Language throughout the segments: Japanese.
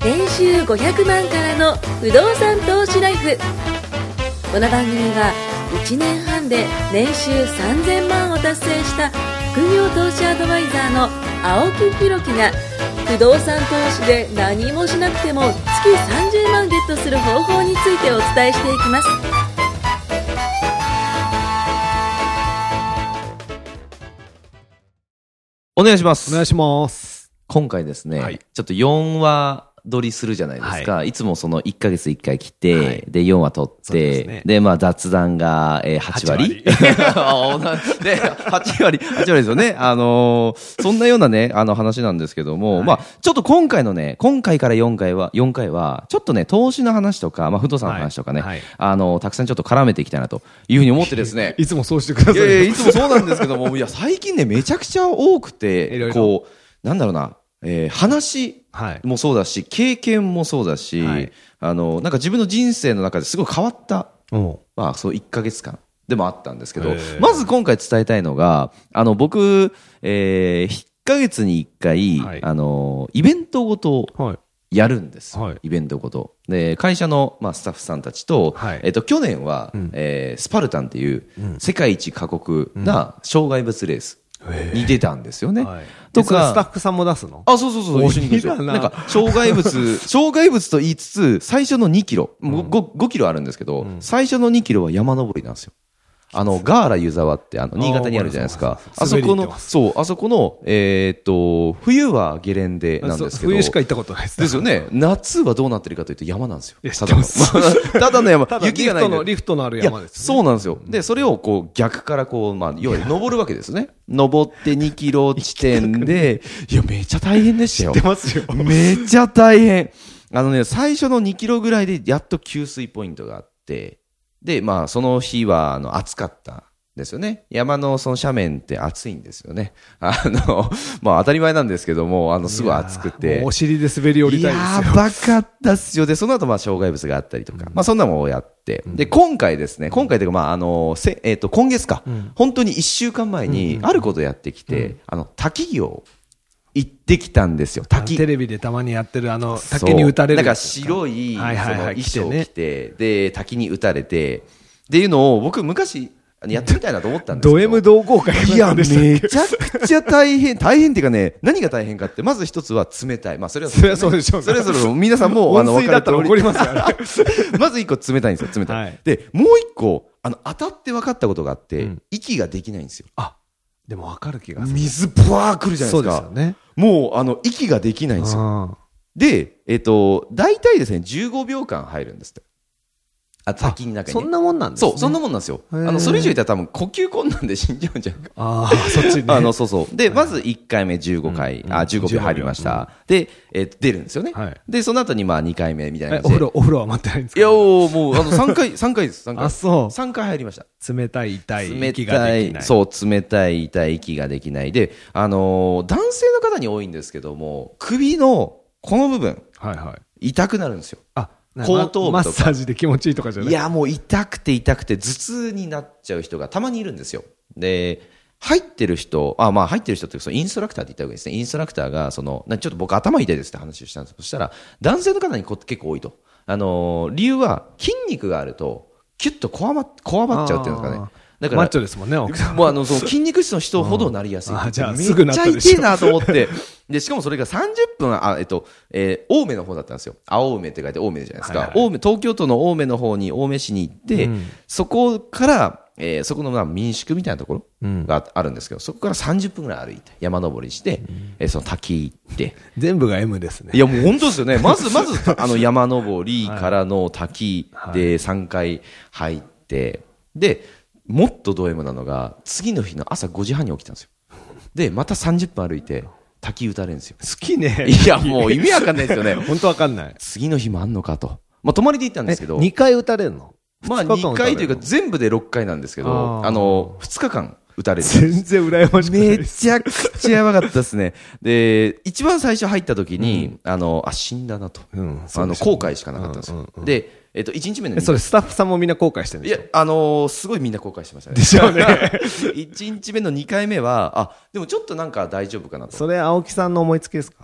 年収500万からの不動産投資ライフ。この番組は1年半で年収3000万を達成した副業投資アドバイザーの青木弘樹が不動産投資で何もしなくても月30万ゲットする方法についてお伝えしていきます。 お願いします。 お願いします。 今回ですね、 はい、 ちょっと4話撮りするじゃないですか。いつもその1ヶ月1回来て、で、4話撮って、で、まあ雑談が、8割で、8割ですよね。そんなようなね、話なんですけども、まあ、ちょっと今回から4回は、ちょっとね、投資の話とか、まあ、不動産の話とかね、たくさんちょっと絡めていきたいなというふうに思ってですね。 いつもそうしてください。 いつもそうなんですけども、いや、最近ね、めちゃくちゃ多くて、こう、なんだろうな、話もそうだし、経験もそうだし、なんか自分の人生の中ですごい変わった、まあ、そう1ヶ月間でもあったんですけど、まず今回伝えたいのが、僕、1ヶ月に1回、イベントごとをやるんです。イベントごと。で、会社の、まあ、スタッフさんたちと、去年は、スパルタンっていう、世界一過酷な障害物レース。に出たんですよね。 とか、スタッフさんも出すの？ あ、そう。一緒に行くんですよ。なんか、障害物と言いつつ、最初の2キロ、5キロあるんですけど、最初の2キロは山登りなんですよ。ガーラ湯沢って、新潟にあるじゃないですか。あそこの、冬はゲレンデなんですけど。 冬しか行ったことないです。 ですよね。夏はどうなってるかというと山なんですよ。ただの山。雪がない。 リフトのある山です。 そうなんですよ。で、それをこう逆からこう、まあ、要は登るわけですね。登って2キロ地点で、いや、めっちゃ大変でしたよ。 知ってますよ。 めっちゃ大変。最初の2キロぐらいでやっと給水ポイントがあって、で、まあ、その日は、暑かったですよね。山のその斜面って暑いんですよね。まあ、当たり前なんですけども、すごい暑くて。 もうお尻で滑り降りたいですよ。 やばかったっすよ。で、その後、まあ、障害物があったりとか、まあ、そんなものをやって。で、今回というか、まあ、今月か。本当に1週間前に、あることをやってきて、滝行行ってきたんですよ。滝。 テレビでたまにやってる滝に打たれる。 なんか白い、その衣装を着て、で、滝に打たれて、っていうのを僕昔やってみたいなと思ったんですけど。 ド M 同好会。 いや、めちゃくちゃ大変っていうかね、何が大変かって、まず一つは冷たい。まあ、それはそうでしょうね。 それはそう、皆さんも、 温水だったら怒りますよね。 まず一個冷たいんですよ、冷たい。で、もう一個、当たって分かったことがあって、息ができないんですよ。 でも分かる気がする。 水ブワー来るじゃないですか。 そうですよね。 もう、息ができないんですよ。で、大体ですね、15秒間入るんですって。滝の中に。 そんなもんなんですね。 そう、そんなもんなんですよ。それ以上いったら多分呼吸困難で死んじゃうんじゃないか。 そっちね。 そう。で、まず1回目15秒入りました。で、出るんですよね。で、その後にまあ2回目みたいな感じで。 お風呂は待ってないんですか？ いや、もう、3回です、3回。 そう。 3回入りました。 冷たい、痛い、息ができない。 そう、冷たい、痛い、息ができない。で、男性の方に多いんですけども、首のこの部分、痛くなるんですよ。後頭部とかマッサージで気持ちいいとかじゃない？ いや、もう痛くて頭痛になっちゃう人がたまにいるんですよ。で、入ってる人ってそのインストラクターって言った方がいいですね。インストラクターが、ちょっと僕頭痛いですって話をしたんです。そしたら、男性の方に結構多いと。理由は筋肉があると、キュッとこわばっちゃうっていうんですかね。だからマッチョですもんね。 もうその筋肉質の人ほどなりやすい。 じゃあすぐなったでしょ。 めっちゃ痛いなと思って。で、しかもそれが30分、青梅の方だったんですよ。青梅って書いて青梅じゃないですか。東京都の青梅の方に、青梅市に行って、そこから、そこの民宿みたいなところがあるんですけど、そこから30分ぐらい歩いて、山登りして、その滝行って。 全部が M ですね。 いや、もう本当ですよね。まず、山登りからの滝で3回入って、で、もっとド M なのが、次の日の朝5時半に起きたんですよ。で、また30分歩いて、滝打たれるんですよ。 好きね。 いや、もう意味わかんないですよね。 本当わかんない。 次の日もあんのかと。まあ、泊まりで行ったんですけど。 2回打たれるの？ まあ、2回というか、全部で6回なんですけど、2日間打たれる。 全然羨ましくないめちゃくちゃやばかったですね。で、一番最初入った時に、死んだなと。後悔しかなかったんですよ。で、1日目のそれスタッフさんもみんな後悔してるんですよ。 いや、すごいみんな後悔してましたね。 でしょうね。 1日目の2回目は、でもちょっとなんか大丈夫かなと。 それ青木さんの思いつきですか？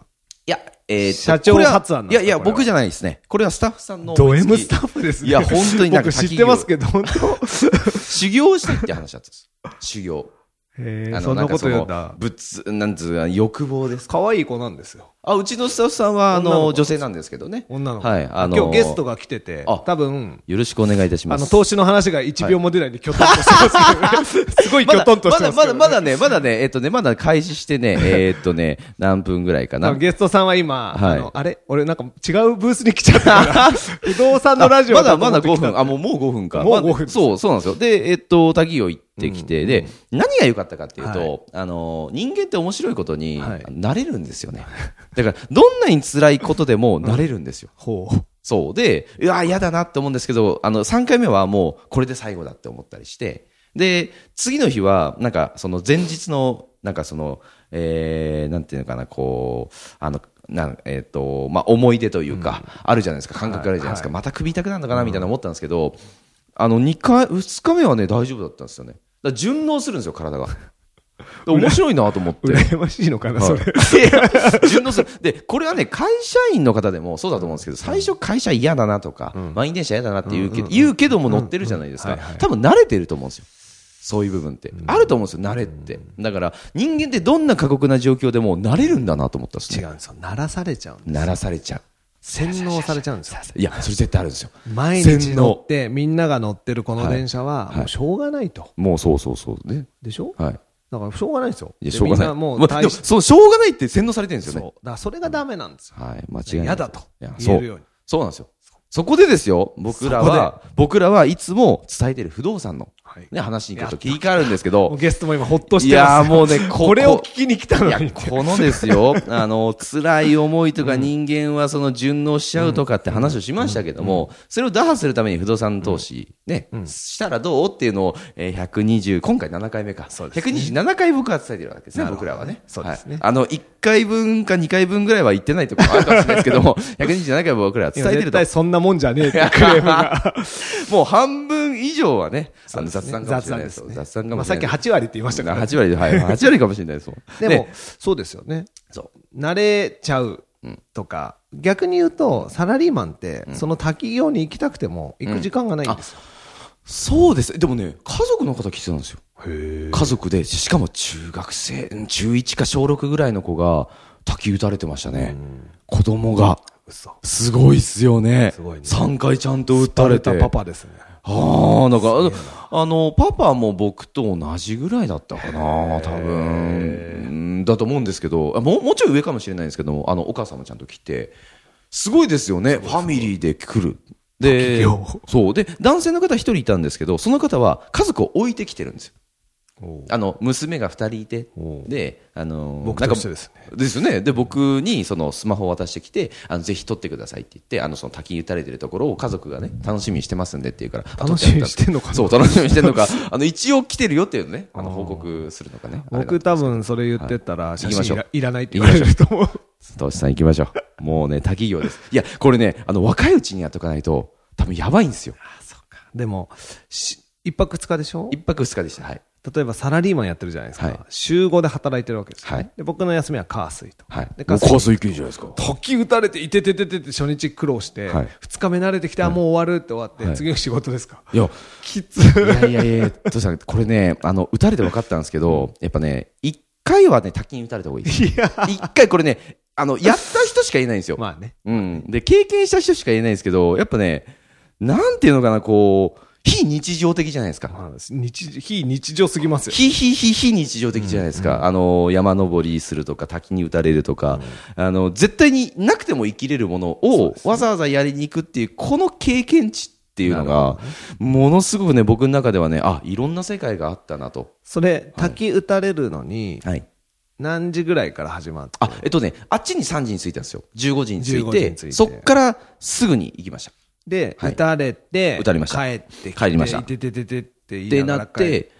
いや、 社長発案なんですか？ いや、僕じゃないですね。これはスタッフさんの。 ド M スタッフですね。 いや、本当になんか僕知ってますけど、本当修行したいって話だったんです。修行。 そんなこと言うんだ。 なんつうか、欲望ですか。 可愛い子なんですよ。 うちのスタッフさんは、女性なんですけどね。 女の子。 はい。 今日ゲストが来てて、多分、 よろしくお願いいたします。 投資の話が1秒も出ないんで、きょとんとしてますけど、すごいきょとんとしてますけど。 まだね、まだ開始してね、何分ぐらいかな。 ゲストさんは今、あれ俺なんか違うブースに来ちゃったから、不動産のラジオまだ5分。もう5分か。 もう5分。 そうなんですよ。で、滝行行ってきて、で、何が良かったかっていうと、人間って面白いことに、慣れるんですよね。だから、どんなに辛いことでも慣れるんですよ。そう。で、嫌だなって思うんですけど、3回目はもう、これで最後だって思ったりして、で、次の日は、なんか、その前日の、なんかその、なんていうのかな、こう、思い出というか、あるじゃないですか、感覚あるじゃないですか、また首痛くなるのかなみたいな思ったんですけど、2日目はね、大丈夫だったんですよね。だから順応するんですよ、体が。面白いなと思って。 羨ましいのかな、それ。 順応する。で、これはね、会社員の方でもそうだと思うんですけど、最初会社嫌だなとか、満員電車嫌だなって言うけども乗ってるじゃないですか。多分慣れてると思うんですよ。そういう部分って。あると思うんですよ、慣れって。だから、人間ってどんな過酷な状況でも慣れるんだなと思ったんですね。 違うんですよ。慣らされちゃうんです。 慣らされちゃう。 洗脳されちゃうんですよ。 いや、それ絶対あるんですよ。 毎日乗って、みんなが乗ってるこの電車は、もうしょうがないと。 もうそうね。 でしょ？ はい。 だからしょうがないですよ。 いや、しょうがない。でも、 しょうがないって洗脳されてるんですよね。 そう。だからそれがダメなんですよ。 はい、間違いない。 嫌だと言えるように。 そうなんですよ。そこでですよ、僕らはいつも伝えてる不動産の、ね、話にちょっと切り替わるんですけど。 ゲストも今ほっとしてます。 いや、もうね、 これを聞きに来たのに。いや、 このですよ、辛い思いとか人間はその順応しちゃうとかって話をしましたけども、それを打破するために不動産投資、ね、したらどうっていうのを、今回7回目か。127回僕は伝えてるわけですね、僕らはね。 そうですね。 1回分か2回分ぐらいは言ってないところもあるかもしれないですけども、127回僕らは伝えてると。 絶対そんなもんじゃねえってクレームが。 もう半分以上はね、雑談かもしれないです。雑談かもしれない。 さっき8割って言いましたから。 8割で、はい。8割かもしれないです。 でも、そうですよね。そう。慣れちゃうとか、逆に言うと、サラリーマンって、その滝行に行きたくても、行く時間がないんですよ。 そうです。でもね、家族の方来てたんですよ。家族で、しかも中学生、中1か小6ぐらいの子が、滝打たれてましたね。子供が。すごいっすよね。3回ちゃんと打たれて。 パパですね。 なんか、パパも僕と同じぐらいだったかな、多分。だと思うんですけど、もうちょい上かもしれないんですけども、お母さんもちゃんと来て、すごいですよね、ファミリーで来る。で、そう。で、男性の方一人いたんですけど、その方は家族を置いてきてるんですよ。娘が2人いて、で、 僕としてですね。 ですよね。で、僕にそのスマホを渡してきて、ぜひ撮ってくださいって言って、その滝に打たれてるところを家族がね、楽しみにしてますんでって言うから、 楽しみにしてんのかな？ そう、楽しみにしてんのか、一応来てるよっていうね、報告するのかね。 僕多分それ言ってたら、写真いらないって言われると思う。 投資さん行きましょう。もうね、滝行です。いや、これね、若いうちにやっとかないと、多分やばいんですよ。 そうか。でも、1泊2日でしょ？ 1泊2日でした。はい。 例えばサラリーマンやってるじゃないですか。週5で働いてるわけですよ。で、僕の休みは火水と。 で、火水行けるじゃないですか。 滝打たれて、いててててって初日苦労して、2日目慣れてきて、もう終わるって終わって、次の仕事ですか？ いや、 きつい。いや、これね、打たれて分かったんですけど、やっぱね、1回はね、滝に打たれた方がいいです。1回これね、やった人しか言えないんですよ。 まあね。 で、経験した人しか言えないんですけど、やっぱね、なんていうのかな、こう、非日常的じゃないですか。 非日常すぎますよ。 非日常的じゃないですか。山登りするとか、滝に打たれるとか、絶対になくても生きれるものをわざわざやりに行くっていう、この経験値っていうのが、ものすごくね、僕の中ではね、いろんな世界があったなと。 それ、滝打たれるのに、何時ぐらいから始まって？ あっちに3時に着いたんですよ。15時に着いて、そっからすぐに行きました。 で、打たれて、 帰って帰りました。 てって言いながら帰って、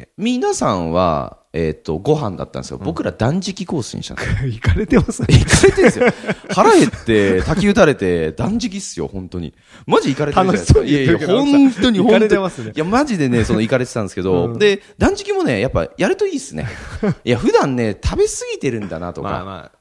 皆さんは、ご飯だったんですよ。僕ら断食コースにしたんですよ。 行かれてますね。 行かれてるんですよ。腹減って、滝打たれて、断食っすよ、本当に。マジ行かれてるじゃないですか。いや、本当に。 行かれてますね。 いや、マジでね、行かれてたんですけど、で、断食もね、やっぱ、やるといいっすね。いや、普段ね、食べ過ぎてるんだなとか。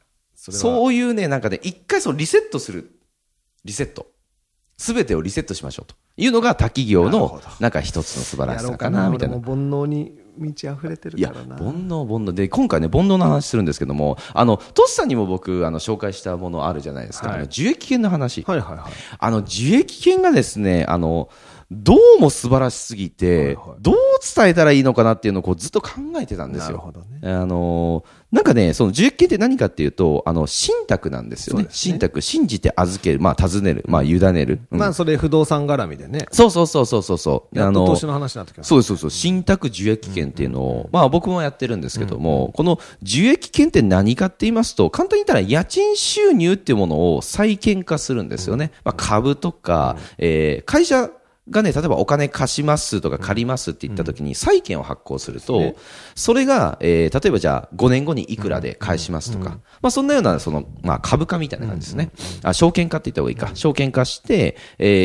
そういうね、なんかね、一回リセットする。リセット。すべてをリセットしましょうというのが滝行のなんか一つの素晴らしさかなみたいな。 煩悩に満ち溢れてるからな。 いや、煩悩で今回ね煩悩の話するんですけども、トシさんにも僕紹介したものあるじゃないですか。受益券の話。はいはいはい。受益券がですねどうも素晴らしすぎて、どう伝えたらいいのかなっていうのをずっと考えてたんですよ。なるほどね。なんかね、その受益券って何かっていうと、信託なんですよね。信託、信じて預ける、尋ねる、委ねる。 それ不動産絡みでね。 そう。 やっと投資の話になってきます。 そう。信託受益券っていうのを、僕もやってるんですけども、この受益券って何かって言いますと、簡単に言ったら家賃収入っていうものを債券化するんですよね。株とか、会社がね、例えばお金貸しますとか借りますって言った時に債券を発行すると、それが、例えばじゃあ5年後にいくらで返しますとか、そんなような株価みたいな感じですね。証券化って言った方がいいか。証券化して、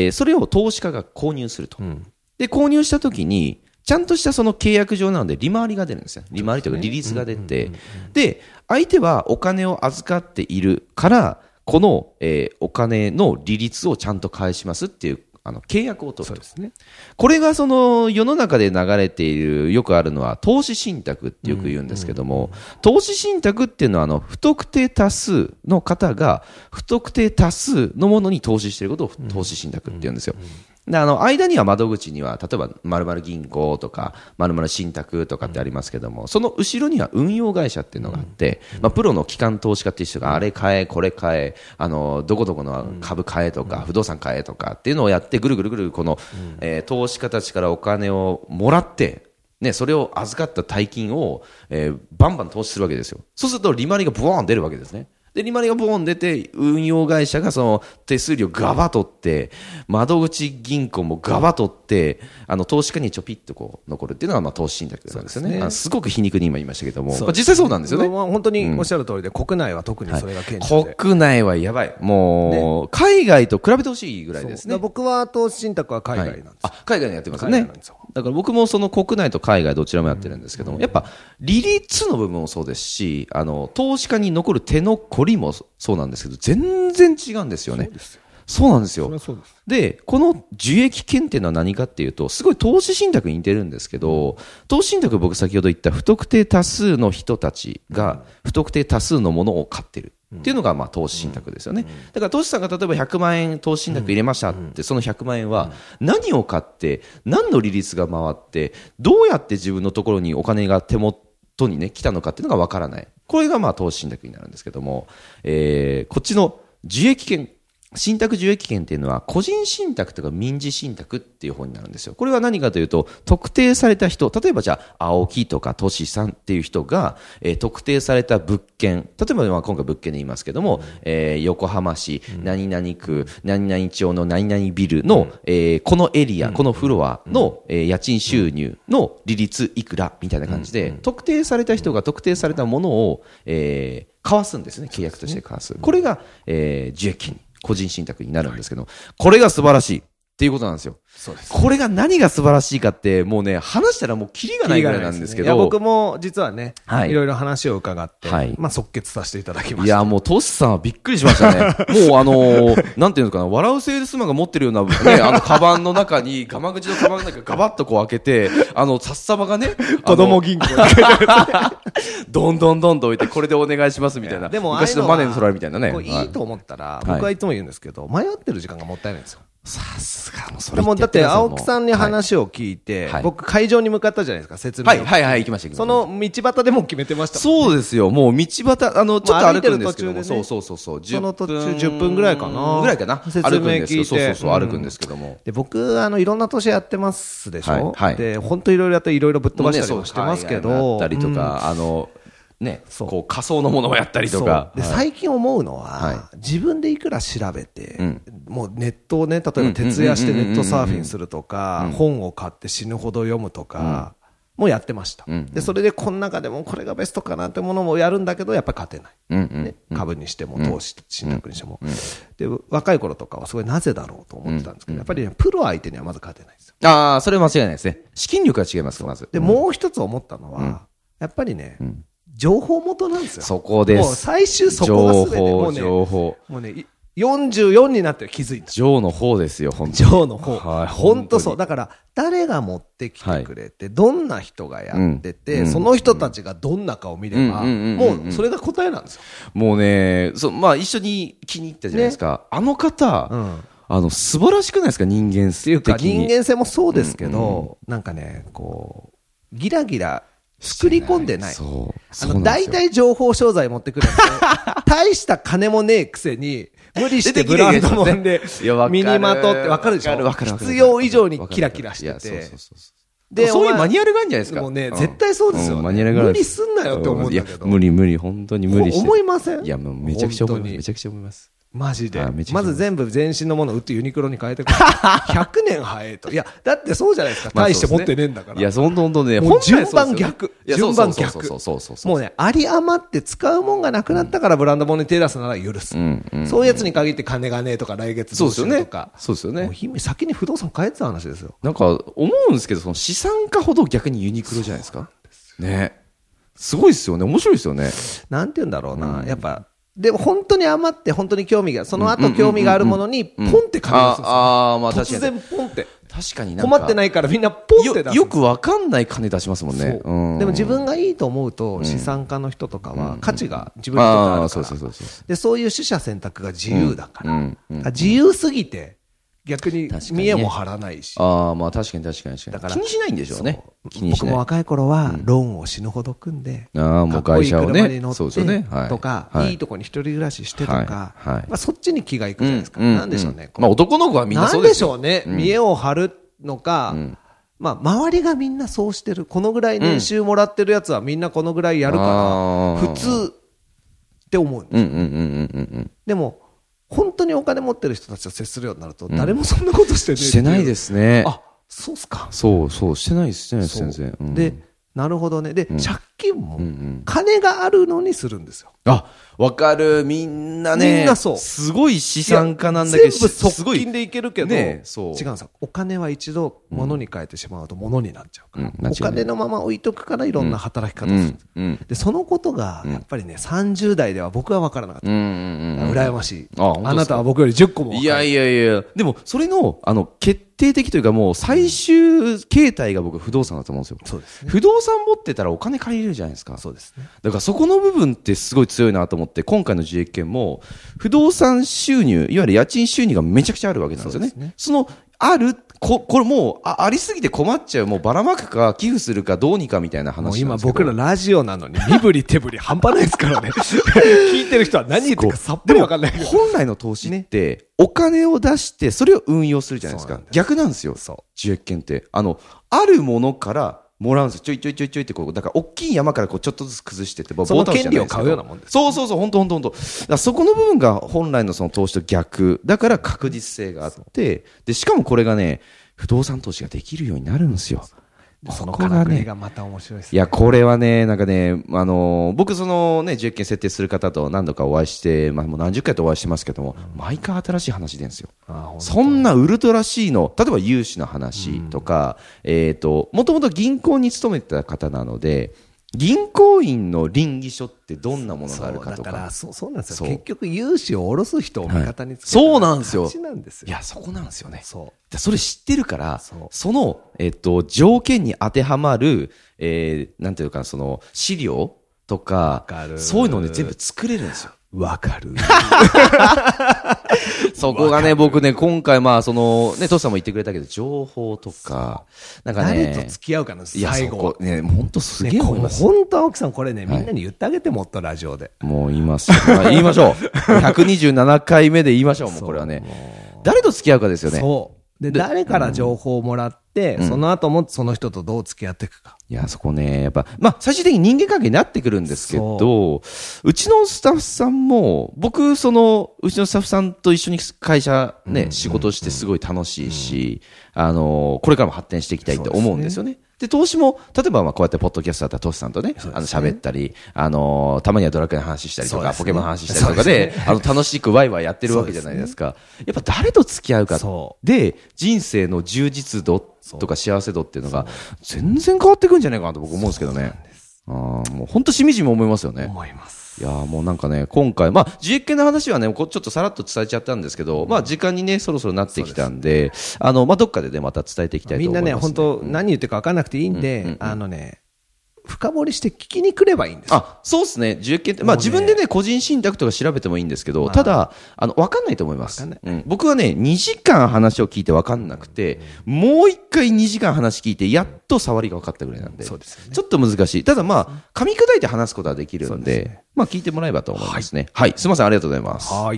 それを投資家が購入すると。で、購入した時に、ちゃんとしたその契約上なので利回りが出るんですよ。利回りというか利率が出て、で、相手はお金を預かっているから、この、お金の利率をちゃんと返しますっていう契約を取る。そうですね。これが世の中で流れている、よくあるのは投資信託ってよく言うんですけども、投資信託っていうのは不特定多数の方が不特定多数のものに投資していることを投資信託って言うんですよ。で、間には窓口には、例えば、〇〇銀行とか、〇〇信託とかってありますけども、その後ろには運用会社っていうのがあって、プロの機関投資家っていう人が、あれ買え、これ買え、どこどこの株買えとか、不動産買えとかっていうのをやって、ぐるぐるこの、投資家たちからお金をもらって、ね、それを預かった大金を、バンバン投資するわけですよ。そうすると、利回りがブワーン出るわけですね。で、利回りがボーン出て、運用会社がその手数料ガバ取って、窓口銀行もガバ取って、投資家にちょぴっと残るっていうのが、投資信託なんですよね。すごく皮肉に今言いましたけども、実際そうなんですよね。 本当におっしゃる通りで、国内は特にそれが顕著で。 国内はやばい。もう、海外と比べてほしいぐらいですね。 僕は投資信託は海外なんです。 海外にやってますよね。だから僕もその国内と海外どちらもやってるんですけども、やっぱ利率の部分もそうですし、投資家に残る手のこりもそうなんですけど、全然違うんですよね。そうなんですよ。で、この受益権っていうのは何かっていうと、すごい投資信託に似てるんですけど、投資信託僕先ほど言った不特定多数の人たちが不特定多数のものを買ってる。っていうのが投資信託ですよね。だから投資さんが例えば100万円投資信託入れましたって、その100万円は何を買って、何の利率が回って、どうやって自分のところにお金が手元にね、来たのかっていうのがわからない。これが投資信託になるんですけども、こっちの受益権、信託受益権っていうのは個人信託とか民事信託っていう方になるんですよ。これは何かというと、特定された人、例えばじゃあ青木とかトシさんっていう人が、特定された物件、例えば今回物件で言いますけども、横浜市何々区何々町の何々ビルの、このエリア、このフロアの、家賃収入の利率いくらみたいな感じで、特定された人が特定されたものを、交わすんですね。契約として交わす。これが、受益権。個人信託になるんですけど、これが素晴らしいっていうことなんですよ。そうです。これが何が素晴らしいかって、もうね、話したらもうキリがないぐらいなんですけど。 僕も実はね、いろいろ話を伺って、即決させていただきました。 いや、もうトシさんはびっくりしましたね。もうなんていうのかな、笑うセールスマンが持ってるようなね、カバンの中に、ガマ口のカバンの中にガバッと開けて、札束がね、 子供銀行にどんどん置いて、これでお願いしますみたいな。でも昔のマネーの取られるみたいなね。 いいと思ったら、僕はいつも言うんですけど、迷ってる時間がもったいないんですよ。 さすが、 それもだって青木さんに話を聞いて、僕会場に向かったじゃないですか、説明。 行きました。 その道端でも決めてました。 そうですよ。もう道端、ちょっと歩くんですけども、そう。 その途中10分ぐらいかな。 説明聞いて。そう、歩くんですけども。 で、僕、いろんな投資やってますでしょ。で、本当いろいろやっていろいろぶっ飛ばしたりもしてますけど。 たりとか、ね、こう仮想のものをやったりとか。 で、最近思うのは、自分でいくら調べて、もうネットをね、例えば徹夜してネットサーフィンするとか、本を買って死ぬほど読むとか、もうやってました。で、それでこの中でもこれがベストかなってものもやるんだけど、やっぱり勝てない。株にしても、投資信託にしても。で、若い頃とかはすごいなぜだろうと思ってたんですけど、やっぱりプロ相手にはまず勝てないですよ。 それは間違いないですね。資金力が違います、まず。 で、もう一つ思ったのは、やっぱりね、 情報元なんですよ。 そこです。 もう最終そこが全て。 情報。 もうね、44になって気づいた。 ジョーの方ですよ、本当に。ジョーの方。 はい。 本当そう。だから、誰が持ってきてくれて、どんな人がやってて、その人たちがどんなかを見れば、もうそれが答えなんですよ。 もうね、まあ一緒に気に入ったじゃないですか。あの方、素晴らしくないですか、人間性っていうか、人間性もそうですけど、なんかね、こう、ギラギラ、作り込んでない。大体情報商材持ってくるんで、大した金もねえくせに、無理してブランドもんで、身にまとって、わかるでしょ？必要以上にキラキラしてて。 で、そういうマニュアルがあるんじゃないですか。 もうね、絶対そうですよ。マニュアルが無理すんなよって思うんだけど。 無理、本当に無理して。 思いません？ いや、もうめちゃくちゃ思います。 マジで。まず全部全身のものを売ってユニクロに変えてくる。100年早いと。いや、だってそうじゃないですか。大して持ってねえんだから。 いや、本当ね。 もう順番逆。順番逆。 そう。 もうね、有り余って使うもんがなくなったからブランド物に手出すなら許す。そういうやつに限って金がねえとか来月どうしようとか。 そうですよね。 先に不動産変えてた話ですよ。 なんか、思うんですけど、その資産家ほど逆にユニクロじゃないですか。ね。すごいですよね。面白いですよね。 なんて言うんだろうな。やっぱ、でも本当に余って本当に興味が、その後興味があるものにポンって金をするんですよ。 まあ確かに。 突然ポンって。 確かに困ってないからみんなポンって出す。 よくわかんない金出しますもんね。 でも自分がいいと思うと資産家の人とかは価値が自分にとってあるから。で、そういう取捨選択が自由だから。自由すぎて逆に見栄も張らないし。 まあ確かに。だから気にしないんでしょうね。 僕も若い頃はローンを死ぬほど組んで、 もう会社をね、 かっこいい車に乗ってとか、いいとこに一人暮らししてとか、そっちに気がいくじゃないですか。なんでしょうね。 まあ男の子はみんなそうですよ。 なんでしょうね。見栄を張るのか、まあ周りがみんなそうしてる。このぐらい年収もらってるやつはみんなこのぐらいやるから、普通って思うんですよ。でも、本当にお金持ってる人たちと接するようになると、誰もそんなことしてねえ。 してないですね。 あ、そうっすか。 そう、してないです、全然。 で、なるほどね。で、借金も、金があるのにするんですよ。 あ、わかる。みんなね。 みんなそう。 すごい資産家なんだけど、 全部側近でいけるけど、違うんですよ。 お金は一度物に変えてしまうと物になっちゃうから。お金のまま置いとくからいろんな働き方をする。で、そのことが、やっぱりね、30代では僕は分からなかった。羨ましい。あなたは僕より10個も分かる。 いや。でも、それの、決定的というかもう最終形態が僕不動産だと思うんですよ。 そうですね。 不動産持ってたらお金借りれるじゃないですか。 そうですね。 だからそこの部分ってすごい強いなと思って、今回の自営権も不動産収入、いわゆる家賃収入がめちゃくちゃあるわけなんですよね。そのこれもうありすぎて困っちゃう。もうばらまくか寄付するかどうにかみたいな話なんですけど。 もう今僕らラジオなのに身振り手振り半端ないですからね。聞いてる人は何言ってるかさっぱりわかんないけど。 本来の投資ってお金を出してそれを運用するじゃないですか。逆なんですよ。自営権って。あるものからもらうんですよ。ちょいってこう、だから大きい山からこうちょっとずつ崩してって、 その権利を買うようなもんです。 そう、本当。だからそこの部分が本来のその投資と逆。だから確実性があって、で、しかもこれがね、不動産投資ができるようになるんですよ。 そのからくりがまた面白いですね。 いや、これはね、なんかね、僕そのね、自営権設定する方と何度かお会いして、まあもう何十回とお会いしてますけども、毎回新しい話でんですよ。そんなウルトラ C の、例えば融資の話とか、もともと銀行に勤めてた方なので、銀行員の稟議書ってどんなものがあるかとか。 だからそうなんですよ。結局融資を下ろす人を味方につけて、 そうなんですよ。 いや、そこなんですよね。それ知ってるから、その、条件に当てはまる、なんていうか、その、資料とか、そういうのをね、全部作れるんですよ。 わかる。 そこがね、僕ね、今回まあ、その、ね、トシさんも言ってくれたけど、情報とか、なんかね。 誰と付き合うかの最後。 いや、そこね、ほんとすげえ思います。 ほんと青木さん、これね、みんなに言ってあげてもっとラジオで。 もう言います。言いましょう。127回目で言いましょう、もうこれはね。誰と付き合うかですよね。 そう。で、誰から情報をもらって、その後もその人とどう付き合っていくか。 いや、そこね、やっぱ、まあ、最終的に人間関係になってくるんですけど、うちのスタッフさんも、僕、うちのスタッフさんと一緒に会社ね、仕事してすごい楽しいし、これからも発展していきたいって思うんですよね。で、投資も、例えばまあこうやってポッドキャストだったらトシさんとね、喋ったり、たまにはドラクエの話したりとか、ポケモンの話したりとかで、楽しくワイワイやってるわけじゃないですか。やっぱ誰と付き合うかで、人生の充実度とか幸せ度っていうのが、全然変わってくるんじゃないかなと僕思うんですけどね。 もう本当しみじみ思いますよね。 思います。 いやもうなんかね、今回、まあ、自益系の話はね、ちょっとさらっと伝えちゃったんですけど、まあ、時間にね、そろそろなってきたんで、まあ、どっかでね、また伝えていきたいと思います、ね。 みんなね、本当何言ってるか分かんなくていいんで、深掘りして聞きに来ればいいんですよ。 そうですね。自益系って、まあ自分でね、個人信託とか調べてもいいんですけど、ただ、わかんないと思います。僕はね、2時間話を聞いてわかんなくて、もう一回2時間話聞いて、やっと触りが分かったぐらいなんで、そうですね、ちょっと難しい。ただまあ、噛み砕いて話すことはできるんで、まあ聞いてもらえばと思いますね。はい。すみません、ありがとうございます。 はい。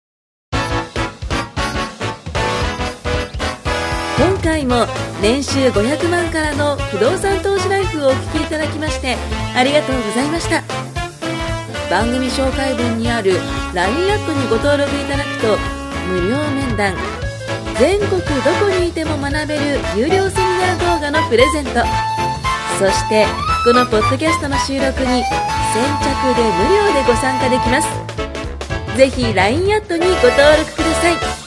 今回も年収500万からの不動産投資ライフをお聞きいただきましてありがとうございました。番組紹介文にある LINE アットにご登録いただくと無料面談、全国どこにいても学べる有料セミナー動画のプレゼント、そしてこのポッドキャストの収録に先着で無料でご参加できます。ぜひ LINE アットにご登録ください。